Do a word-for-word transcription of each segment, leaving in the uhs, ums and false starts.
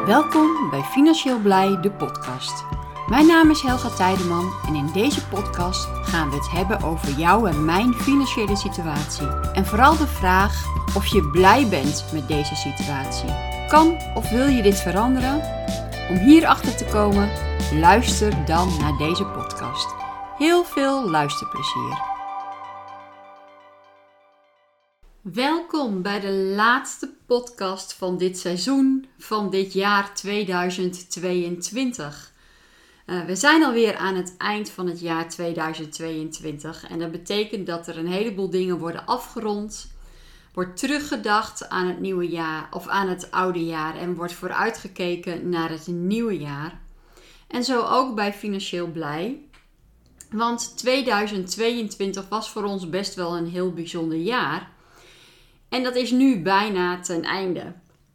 Welkom bij Financieel Blij, de podcast. Mijn naam is Helga Tijdeman en in deze podcast gaan we het hebben over jou en mijn financiële situatie. En vooral de vraag of je blij bent met deze situatie. Kan of wil je dit veranderen? Om hierachter te komen, luister dan naar deze podcast. Heel veel luisterplezier. Welkom bij de laatste podcast van dit seizoen, van dit jaar tweeduizend tweeëntwintig. Uh, we zijn alweer aan het eind van het jaar tweeduizend tweeëntwintig en dat betekent dat er een heleboel dingen worden afgerond. Wordt teruggedacht aan het nieuwe jaar of aan het oude jaar en wordt vooruitgekeken naar het nieuwe jaar. En zo ook bij Financieel Blij. Want tweeduizend tweeëntwintig was voor ons best wel een heel bijzonder jaar. En dat is nu bijna ten einde.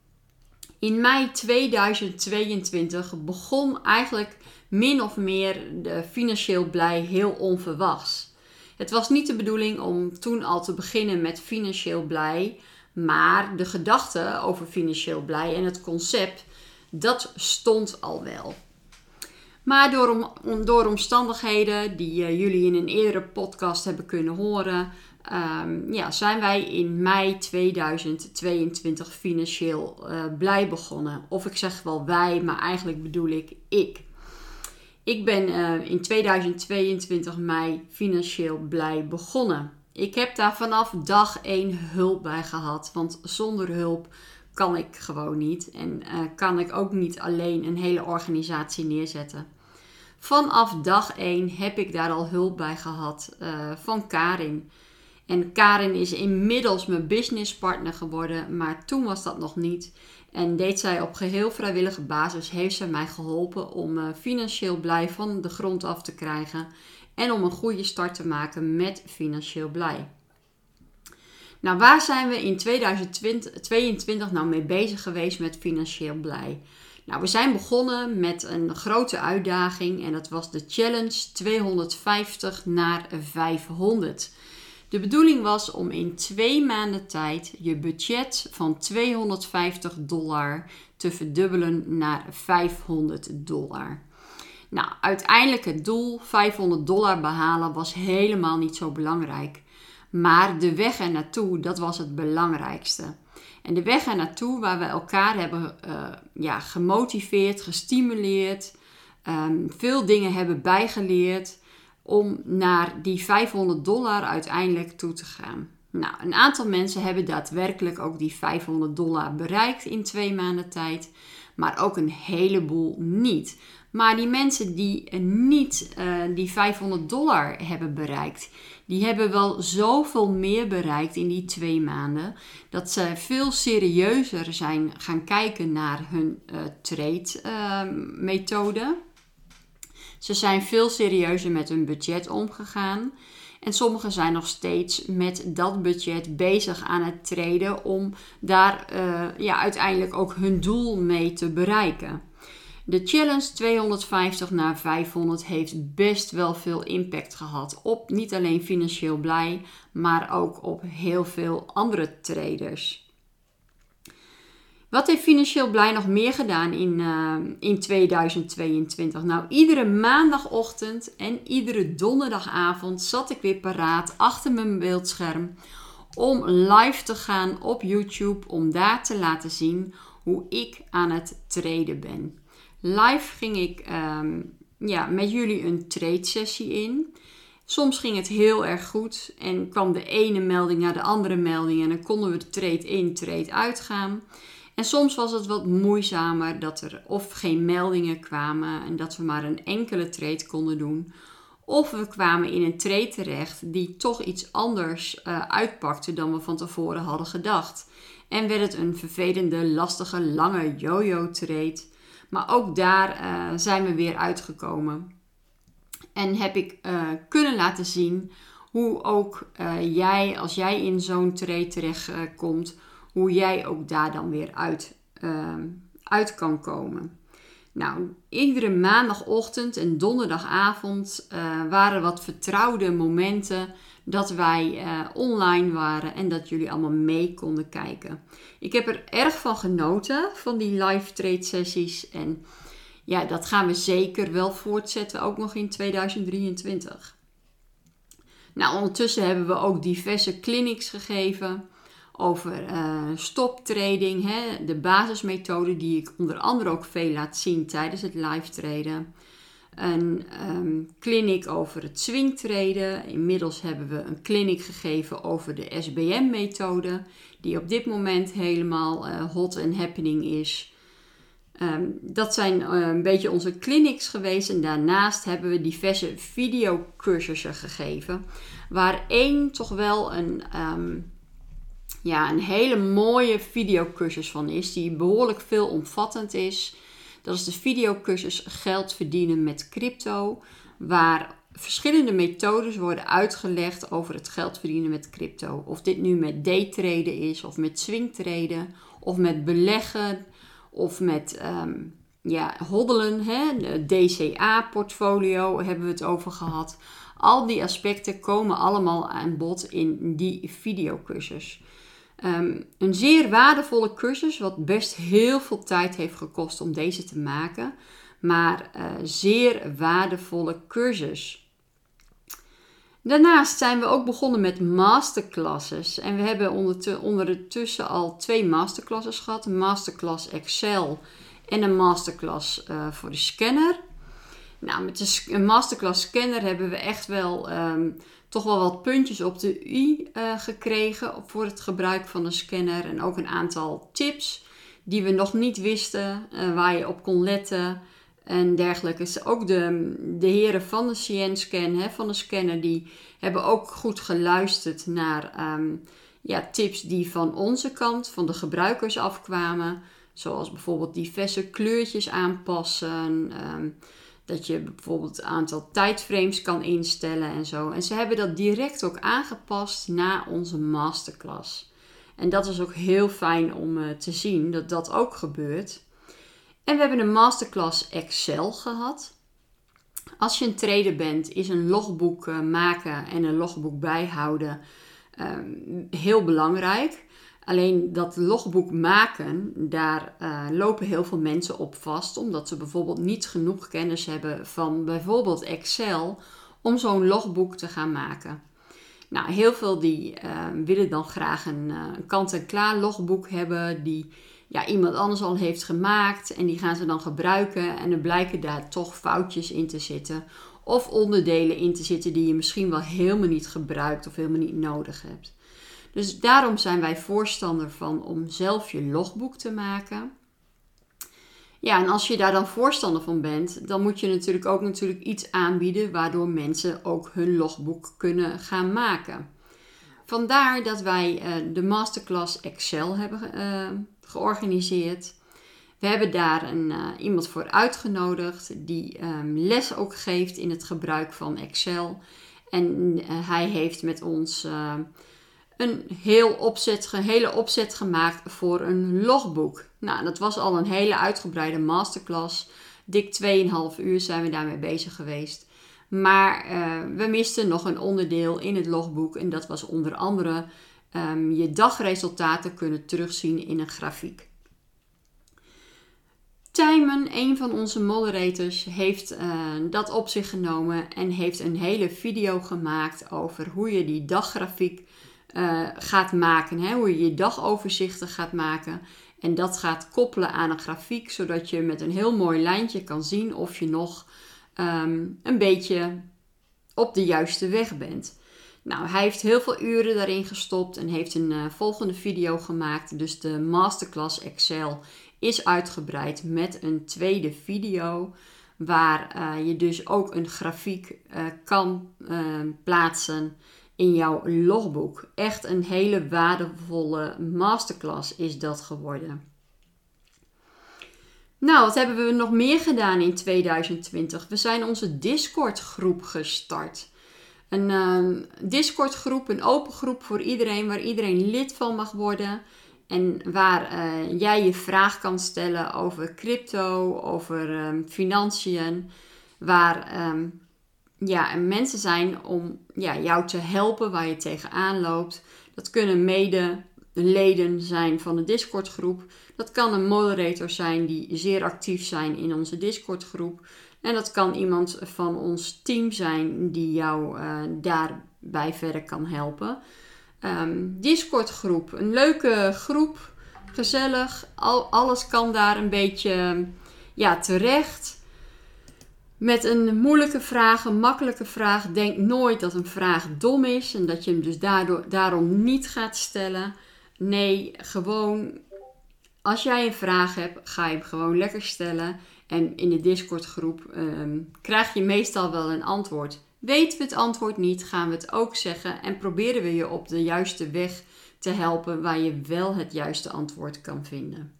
In mei tweeduizend tweeëntwintig begon eigenlijk min of meer de Financieel Blij heel onverwachts. Het was niet de bedoeling om toen al te beginnen met Financieel Blij, maar de gedachte over Financieel Blij en het concept, dat stond al wel. Maar door, om, door omstandigheden die uh, jullie in een eerdere podcast hebben kunnen horen, Um, ja, zijn wij in mei tweeduizend tweeëntwintig financieel uh, blij begonnen. Of ik zeg wel wij, maar eigenlijk bedoel ik ik. Ik ben uh, in tweeduizend tweeëntwintig mei financieel blij begonnen. Ik heb daar vanaf dag één hulp bij gehad. Want zonder hulp kan ik gewoon niet. En uh, kan ik ook niet alleen een hele organisatie neerzetten. Vanaf dag één heb ik daar al hulp bij gehad uh, van Karin. En Karin is inmiddels mijn businesspartner geworden, maar toen was dat nog niet. En deed zij op geheel vrijwillige basis, heeft zij mij geholpen om uh, financieel blij van de grond af te krijgen. En om een goede start te maken met Financieel Blij. Nou, waar zijn we in tweeduizend tweeëntwintig nou mee bezig geweest met Financieel Blij? Nou, we zijn begonnen met een grote uitdaging en dat was de challenge tweehonderdvijftig naar vijfhonderd. De bedoeling was om in twee maanden tijd je budget van tweehonderdvijftig dollar te verdubbelen naar vijfhonderd dollar. Nou, uiteindelijk het doel vijfhonderd dollar behalen was helemaal niet zo belangrijk. Maar de weg er naartoe, dat was het belangrijkste. En de weg er naartoe waar we elkaar hebben uh, ja, gemotiveerd, gestimuleerd, um, veel dingen hebben bijgeleerd om naar die vijfhonderd dollar uiteindelijk toe te gaan. Nou, een aantal mensen hebben daadwerkelijk ook die vijfhonderd dollar bereikt in twee maanden tijd. Maar ook een heleboel niet. Maar die mensen die niet uh, die vijfhonderd dollar hebben bereikt, die hebben wel zoveel meer bereikt in die twee maanden, dat ze veel serieuzer zijn gaan kijken naar hun uh, trade uh, methode. Ze zijn veel serieuzer met hun budget omgegaan. En sommigen zijn nog steeds met dat budget bezig aan het traden om daar uh, ja, uiteindelijk ook hun doel mee te bereiken. De challenge tweehonderdvijftig naar vijfhonderd heeft best wel veel impact gehad op niet alleen Financieel Blij, maar ook op heel veel andere traders. Wat heeft Financieel Blij nog meer gedaan in, uh, in tweeduizend tweeëntwintig? Nou, iedere maandagochtend en iedere donderdagavond zat ik weer paraat achter mijn beeldscherm om live te gaan op YouTube, om daar te laten zien hoe ik aan het traden ben. Live ging ik um, ja, met jullie een trade sessie in. Soms ging het heel erg goed en kwam de ene melding naar de andere melding en dan konden we de trade in, trade uit gaan. En soms was het wat moeizamer dat er of geen meldingen kwamen en dat we maar een enkele trade konden doen. Of we kwamen in een trade terecht die toch iets anders uh, uitpakte dan we van tevoren hadden gedacht. En werd het een vervelende, lastige, lange yo-yo trade. Maar ook daar uh, zijn we weer uitgekomen. En heb ik uh, kunnen laten zien hoe ook uh, jij, als jij in zo'n trade terecht uh, komt, hoe jij ook daar dan weer uit, uh, uit kan komen. Nou, iedere maandagochtend en donderdagavond uh, waren wat vertrouwde momenten dat wij uh, online waren en dat jullie allemaal mee konden kijken. Ik heb er erg van genoten, van die live trade sessies. En ja, dat gaan we zeker wel voortzetten, ook nog in tweeduizend drieëntwintig. Nou, ondertussen hebben we ook diverse clinics gegeven over uh, stoptrading, hè, de basismethode die ik onder andere ook veel laat zien tijdens het live traden. Een um, clinic over het swingtraden. Inmiddels hebben we een clinic gegeven over de S B M-methode, die op dit moment helemaal uh, hot and happening is. Um, dat zijn uh, een beetje onze clinics geweest en daarnaast hebben we diverse videocursussen gegeven, waar één toch wel een, um, ja, een hele mooie videocursus van is, die behoorlijk veelomvattend is. Dat is de videocursus Geld verdienen met crypto, waar verschillende methodes worden uitgelegd over het geld verdienen met crypto. Of dit nu met daytraden is, of met swingtraden, of met beleggen, of met um, ja, hoddelen, hè? De D C A-portfolio hebben we het over gehad. Al die aspecten komen allemaal aan bod in die videocursus. Um, een zeer waardevolle cursus, wat best heel veel tijd heeft gekost om deze te maken. Maar uh, zeer waardevolle cursus. Daarnaast zijn we ook begonnen met masterclasses. En we hebben ondertussen al twee masterclasses gehad. Een masterclass Excel en een masterclass uh, voor de scanner. Nou, met de masterclass scanner hebben we echt wel um, toch wel wat puntjes op de i uh, gekregen voor het gebruik van de scanner. En ook een aantal tips die we nog niet wisten, uh, waar je op kon letten en dergelijke. Dus ook de, de heren van de Cyan-scan, hè, van de scanner, die hebben ook goed geluisterd naar um, ja, tips die van onze kant, van de gebruikers afkwamen. Zoals bijvoorbeeld diverse kleurtjes aanpassen. Um, dat je bijvoorbeeld het aantal tijdframes kan instellen en zo. En ze hebben dat direct ook aangepast na onze masterclass. En dat is ook heel fijn om uh, te zien dat dat ook gebeurt. En we hebben een masterclass Excel gehad. Als je een trader bent, is een logboek uh, maken en een logboek bijhouden um, heel belangrijk. Alleen dat logboek maken, daar uh, lopen heel veel mensen op vast, omdat ze bijvoorbeeld niet genoeg kennis hebben van bijvoorbeeld Excel om zo'n logboek te gaan maken. Nou, heel veel die uh, willen dan graag een, uh, een kant-en-klaar logboek hebben die ja, iemand anders al heeft gemaakt en die gaan ze dan gebruiken en er blijken daar toch foutjes in te zitten of onderdelen in te zitten die je misschien wel helemaal niet gebruikt of helemaal niet nodig hebt. Dus daarom zijn wij voorstander van om zelf je logboek te maken. Ja, en als je daar dan voorstander van bent, dan moet je natuurlijk ook natuurlijk iets aanbieden waardoor mensen ook hun logboek kunnen gaan maken. Vandaar dat wij uh, de masterclass Excel hebben uh, georganiseerd. We hebben daar een, uh, iemand voor uitgenodigd die um, les ook geeft in het gebruik van Excel. En uh, hij heeft met ons Uh, een heel opzet, hele opzet gemaakt voor een logboek. Nou, dat was al een hele uitgebreide masterclass. Dik twee komma vijf uur zijn we daarmee bezig geweest. Maar uh, we misten nog een onderdeel in het logboek. En dat was onder andere um, je dagresultaten kunnen terugzien in een grafiek. Tijmen, een van onze moderators, heeft uh, dat op zich genomen en heeft een hele video gemaakt over hoe je die daggrafiek Uh, gaat maken, hè? Hoe je je dagoverzichten gaat maken en dat gaat koppelen aan een grafiek, zodat je met een heel mooi lijntje kan zien of je nog um, een beetje op de juiste weg bent. Nou, hij heeft heel veel uren daarin gestopt en heeft een uh, volgende video gemaakt. Dus de masterclass Excel is uitgebreid met een tweede video, waar uh, je dus ook een grafiek uh, kan uh, plaatsen in jouw logboek. Echt een hele waardevolle masterclass is dat geworden. Nou, wat hebben we nog meer gedaan in tweeduizend twintig? We zijn onze Discord groep gestart. Een uh, Discord groep, een open groep voor iedereen, waar iedereen lid van mag worden. En waar uh, jij je vraag kan stellen over crypto, over um, financiën. Waar Um, ja, en mensen zijn om ja, jou te helpen waar je tegenaan loopt. Dat kunnen mede leden zijn van de Discord groep. Dat kan een moderator zijn die zeer actief zijn in onze Discord groep. En dat kan iemand van ons team zijn die jou uh, daarbij verder kan helpen. Um, Discord groep, een leuke groep, gezellig. Al, alles kan daar een beetje ja, terecht. Met een moeilijke vraag, een makkelijke vraag. Denk nooit dat een vraag dom is en dat je hem dus daardoor, daarom niet gaat stellen. Nee, gewoon als jij een vraag hebt, ga je hem gewoon lekker stellen. En in de Discord groep um, krijg je meestal wel een antwoord. Weten we het antwoord niet, gaan we het ook zeggen. En proberen we je op de juiste weg te helpen waar je wel het juiste antwoord kan vinden.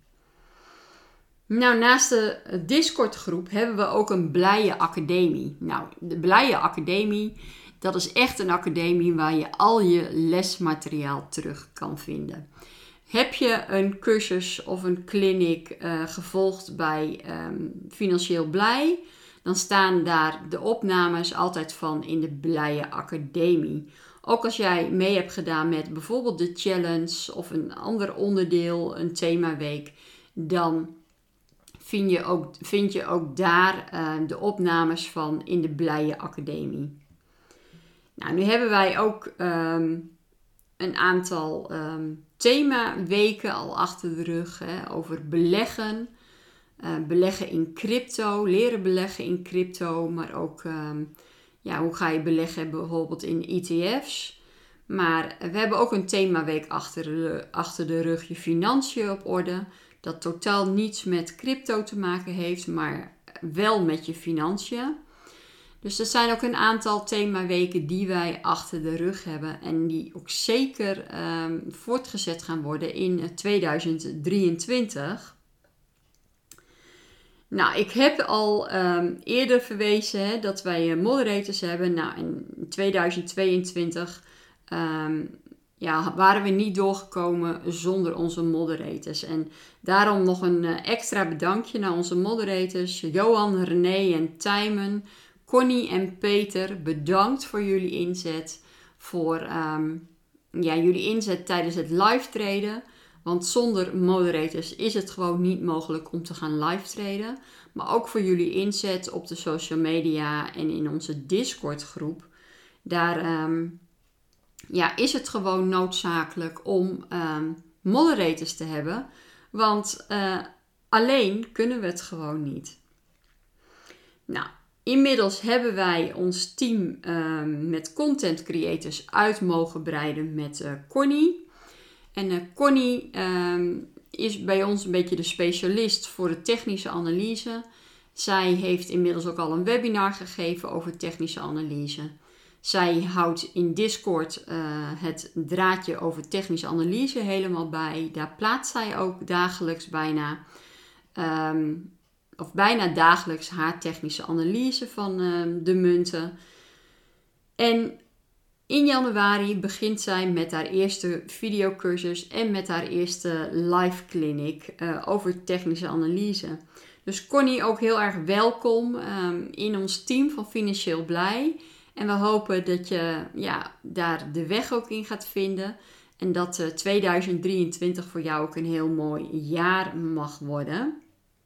Nou, naast de Discord groep hebben we ook een Blije Academie. Nou, de Blije Academie, dat is echt een academie waar je al je lesmateriaal terug kan vinden. Heb je een cursus of een clinic uh, gevolgd bij um, Financieel Blij, dan staan daar de opnames altijd van in de Blije Academie. Ook als jij mee hebt gedaan met bijvoorbeeld de challenge of een ander onderdeel, een themaweek, dan vind je ook, vind je ook daar uh, de opnames van in de Blije Academie. Nou, nu hebben wij ook um, een aantal um, themaweken al achter de rug hè, over beleggen. Uh, beleggen in crypto, leren beleggen in crypto, maar ook um, ja, hoe ga je beleggen bijvoorbeeld in E T F's. Maar we hebben ook een themaweek achter de, achter de rug, je financiën op orde. Dat totaal niets met crypto te maken heeft, maar wel met je financiën. Dus er zijn ook een aantal themaweken die wij achter de rug hebben en die ook zeker um, voortgezet gaan worden in tweeduizend drieëntwintig. Nou, ik heb al um, eerder verwezen hè, dat wij moderators hebben. Nou, in tweeduizend tweeëntwintig um, ja, waren we niet doorgekomen zonder onze moderators. En daarom nog een uh, extra bedankje naar onze moderators. Johan, René en Tijmen, Connie en Peter, bedankt voor jullie inzet. Voor um, ja, jullie inzet tijdens het live traden. Want zonder moderators is het gewoon niet mogelijk om te gaan live traden. Maar ook voor jullie inzet op de social media en in onze Discord groep. Daar um, ja, is het gewoon noodzakelijk om um, moderators te hebben. Want uh, alleen kunnen we het gewoon niet. Nou, inmiddels hebben wij ons team um, met content creators uit mogen breiden met uh, Connie. En uh, Connie um, is bij ons een beetje de specialist voor de technische analyse. Zij heeft inmiddels ook al een webinar gegeven over technische analyse. Zij houdt in Discord uh, het draadje over technische analyse helemaal bij. Daar plaatst zij ook dagelijks bijna, um, of bijna dagelijks haar technische analyse van uh, de munten. En in januari begint zij met haar eerste videocursus en met haar eerste live clinic uh, over technische analyse. Dus Connie ook heel erg welkom um, in ons team van Financieel Blij. En we hopen dat je ja, daar de weg ook in gaat vinden. En dat uh, tweeduizend drieëntwintig voor jou ook een heel mooi jaar mag worden.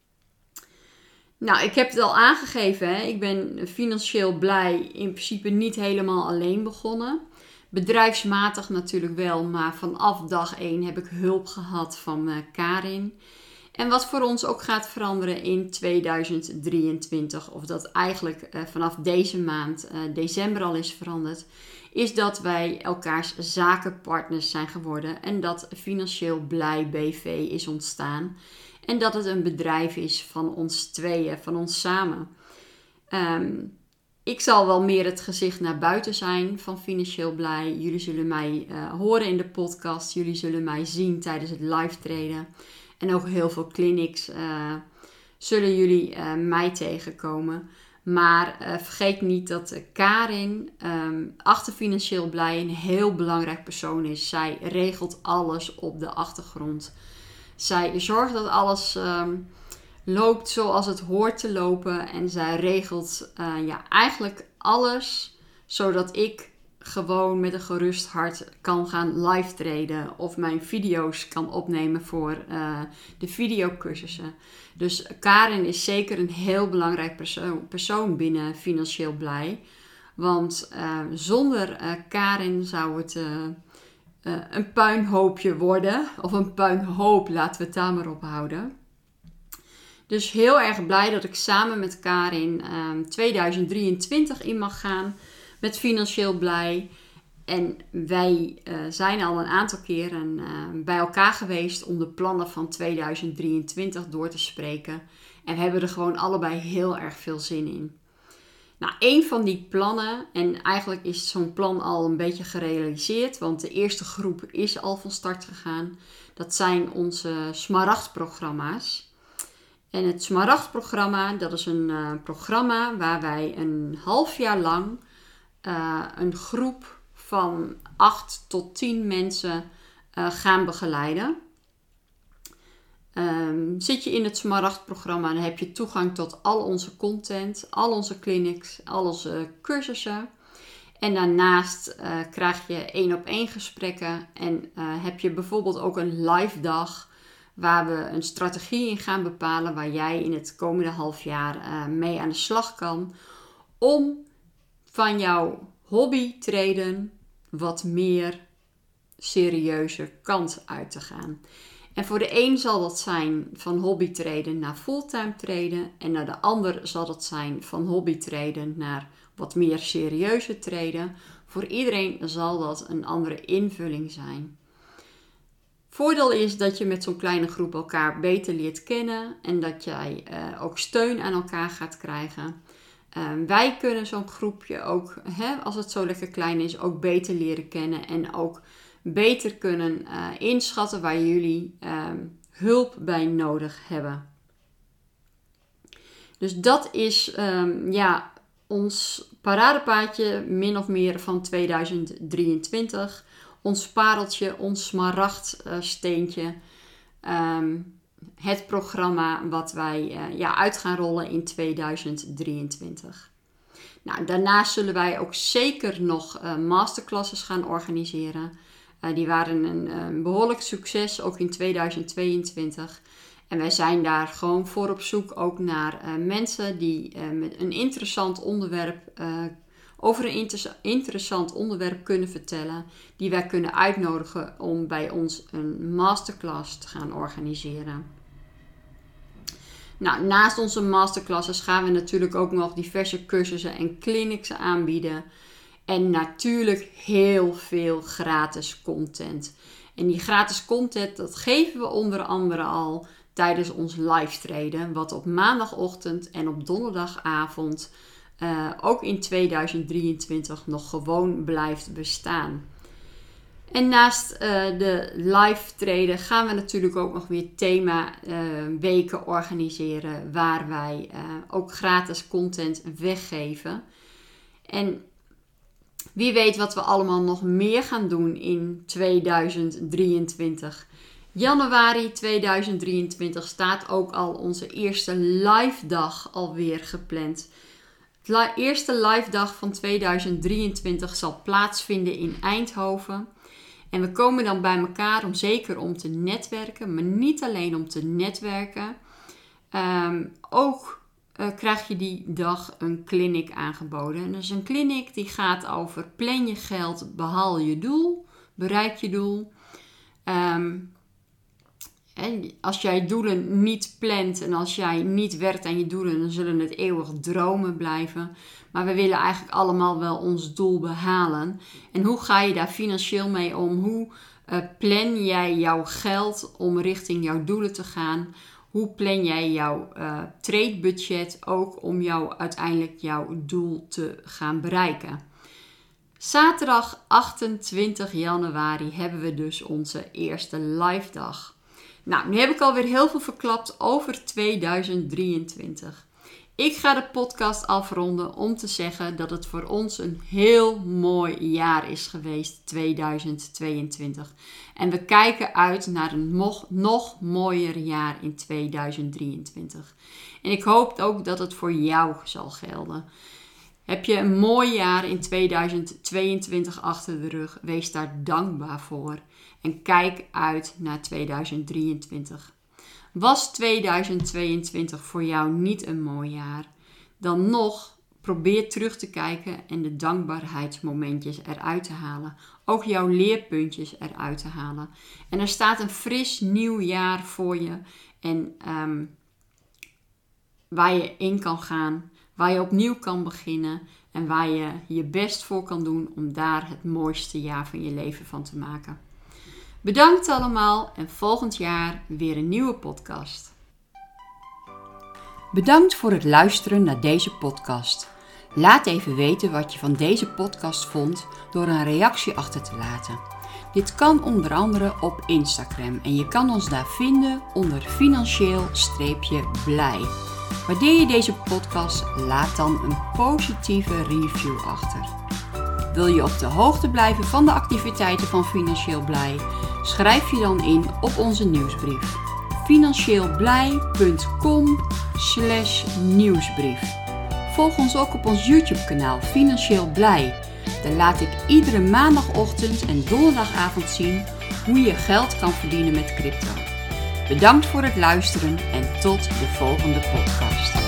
Nou, ik heb het al aangegeven. Hè? Ik ben Financieel Blij in principe niet helemaal alleen begonnen. Bedrijfsmatig natuurlijk wel, maar vanaf dag één heb ik hulp gehad van uh, Karin. En wat voor ons ook gaat veranderen in tweeduizend drieëntwintig, of dat eigenlijk uh, vanaf deze maand, uh, december al is veranderd, is dat wij elkaars zakenpartners zijn geworden en dat Financieel Blij B V is ontstaan. En dat het een bedrijf is van ons tweeën, van ons samen. Um, ik zal wel meer het gezicht naar buiten zijn van Financieel Blij. Jullie zullen mij uh, horen in de podcast. Jullie zullen mij zien tijdens het live traden. En ook heel veel clinics uh, zullen jullie uh, mij tegenkomen. Maar uh, vergeet niet dat uh, Karin um, achter Financieel Blij een heel belangrijk persoon is. Zij regelt alles op de achtergrond. Zij zorgt dat alles um, loopt zoals het hoort te lopen. En zij regelt uh, ja, eigenlijk alles zodat ik gewoon met een gerust hart kan gaan live traden of mijn video's kan opnemen voor uh, de videocursussen. Dus Karin is zeker een heel belangrijk persoon, persoon binnen Financieel Blij. Want uh, zonder uh, Karin zou het uh, uh, een puinhoopje worden. Of een puinhoop, laten we het daar maar op houden. Dus heel erg blij dat ik samen met Karin uh, tweeduizend drieëntwintig in mag gaan met Financieel Blij. En wij uh, zijn al een aantal keren uh, bij elkaar geweest om de plannen van tweeduizend drieëntwintig door te spreken. En we hebben er gewoon allebei heel erg veel zin in. Nou, een van die plannen, en eigenlijk is zo'n plan al een beetje gerealiseerd, want de eerste groep is al van start gegaan. Dat zijn onze Smaragdprogramma's. En het Smaragdprogramma, dat is een uh, programma waar wij een half jaar lang uh, een groep van acht tot tien mensen uh, gaan begeleiden. Um, zit je in het Smaragdprogramma, dan heb je toegang tot al onze content, al onze clinics, al onze cursussen. En daarnaast uh, krijg je één op één gesprekken en uh, heb je bijvoorbeeld ook een live dag waar we een strategie in gaan bepalen waar jij in het komende half jaar uh, mee aan de slag kan om van jouw hobby traden wat meer serieuze kant uit te gaan. En voor de een zal dat zijn van hobby traden naar fulltime traden. En naar de ander zal dat zijn van hobby traden naar wat meer serieuze traden. Voor iedereen zal dat een andere invulling zijn. Voordeel is dat je met zo'n kleine groep elkaar beter leert kennen. En dat jij uh, ook steun aan elkaar gaat krijgen. Uh, wij kunnen zo'n groepje ook, hè, als het zo lekker klein is, ook beter leren kennen. En ook beter kunnen uh, inschatten waar jullie uh, hulp bij nodig hebben. Dus dat is um, ja, ons paradepaadje min of meer van tweeduizend drieëntwintig. Ons pareltje, ons smaragdsteentje. Um, het programma wat wij uh, ja, uit gaan rollen in tweeduizend drieëntwintig. Nou, daarnaast zullen wij ook zeker nog uh, masterclasses gaan organiseren. Uh, die waren een, een behoorlijk succes, ook in tweeduizend tweeëntwintig. En wij zijn daar gewoon voor op zoek ook naar uh, mensen die uh, met een interessant onderwerp, uh, over een inter- interessant onderwerp kunnen vertellen. Die wij kunnen uitnodigen om bij ons een masterclass te gaan organiseren. Nou, naast onze masterclasses gaan we natuurlijk ook nog diverse cursussen en clinics aanbieden. En natuurlijk heel veel gratis content. En die gratis content, dat geven we onder andere al tijdens ons live traden. Wat op maandagochtend en op donderdagavond uh, ook in tweeduizend drieëntwintig nog gewoon blijft bestaan. En naast uh, de live traden gaan we natuurlijk ook nog weer thema uh, weken organiseren. Waar wij uh, ook gratis content weggeven. En wie weet wat we allemaal nog meer gaan doen in tweeduizend drieëntwintig. Januari tweeduizend drieëntwintig staat ook al onze eerste live dag alweer gepland. De eerste live dag van tweeduizend drieëntwintig zal plaatsvinden in Eindhoven. En we komen dan bij elkaar om zeker om te netwerken, maar niet alleen om te netwerken. Um, ook Uh, krijg je die dag een clinic aangeboden. En dat is een clinic die gaat over plan je geld, behaal je doel, bereik je doel. Um, en als jij doelen niet plant en als jij niet werkt aan je doelen, dan zullen het eeuwig dromen blijven. Maar we willen eigenlijk allemaal wel ons doel behalen. En hoe ga je daar financieel mee om? Hoe uh, plan jij jouw geld om richting jouw doelen te gaan? Hoe plan jij jouw uh, tradebudget ook om jou uiteindelijk jouw doel te gaan bereiken? Zaterdag achtentwintig januari hebben we dus onze eerste live dag. Nou, nu heb ik alweer heel veel verklapt over tweeduizend drieëntwintig. Ik ga de podcast afronden om te zeggen dat het voor ons een heel mooi jaar is geweest, tweeduizend tweeëntwintig. En we kijken uit naar een nog, nog mooier jaar in tweeduizend drieëntwintig. En ik hoop ook dat het voor jou zal gelden. Heb je een mooi jaar in tweeduizend tweeëntwintig achter de rug? Wees daar dankbaar voor. En kijk uit naar tweeduizend drieëntwintig. Was tweeduizend tweeëntwintig voor jou niet een mooi jaar? Dan nog, probeer terug te kijken en de dankbaarheidsmomentjes eruit te halen. Ook jouw leerpuntjes eruit te halen. En er staat een fris nieuw jaar voor je. En um, waar je in kan gaan. Waar je opnieuw kan beginnen. En waar je je best voor kan doen om daar het mooiste jaar van je leven van te maken. Bedankt allemaal en volgend jaar weer een nieuwe podcast. Bedankt voor het luisteren naar deze podcast. Laat even weten wat je van deze podcast vond door een reactie achter te laten. Dit kan onder andere op Instagram en je kan ons daar vinden onder financieel-blij. Waardeer je deze podcast, laat dan een positieve review achter. Wil je op de hoogte blijven van de activiteiten van Financieel Blij? Schrijf je dan in op onze nieuwsbrief. financieelblij.com slash nieuwsbrief. Volg ons ook op ons YouTube kanaal Financieel Blij. Daar laat ik iedere maandagochtend en donderdagavond zien hoe je geld kan verdienen met crypto. Bedankt voor het luisteren en tot de volgende podcast.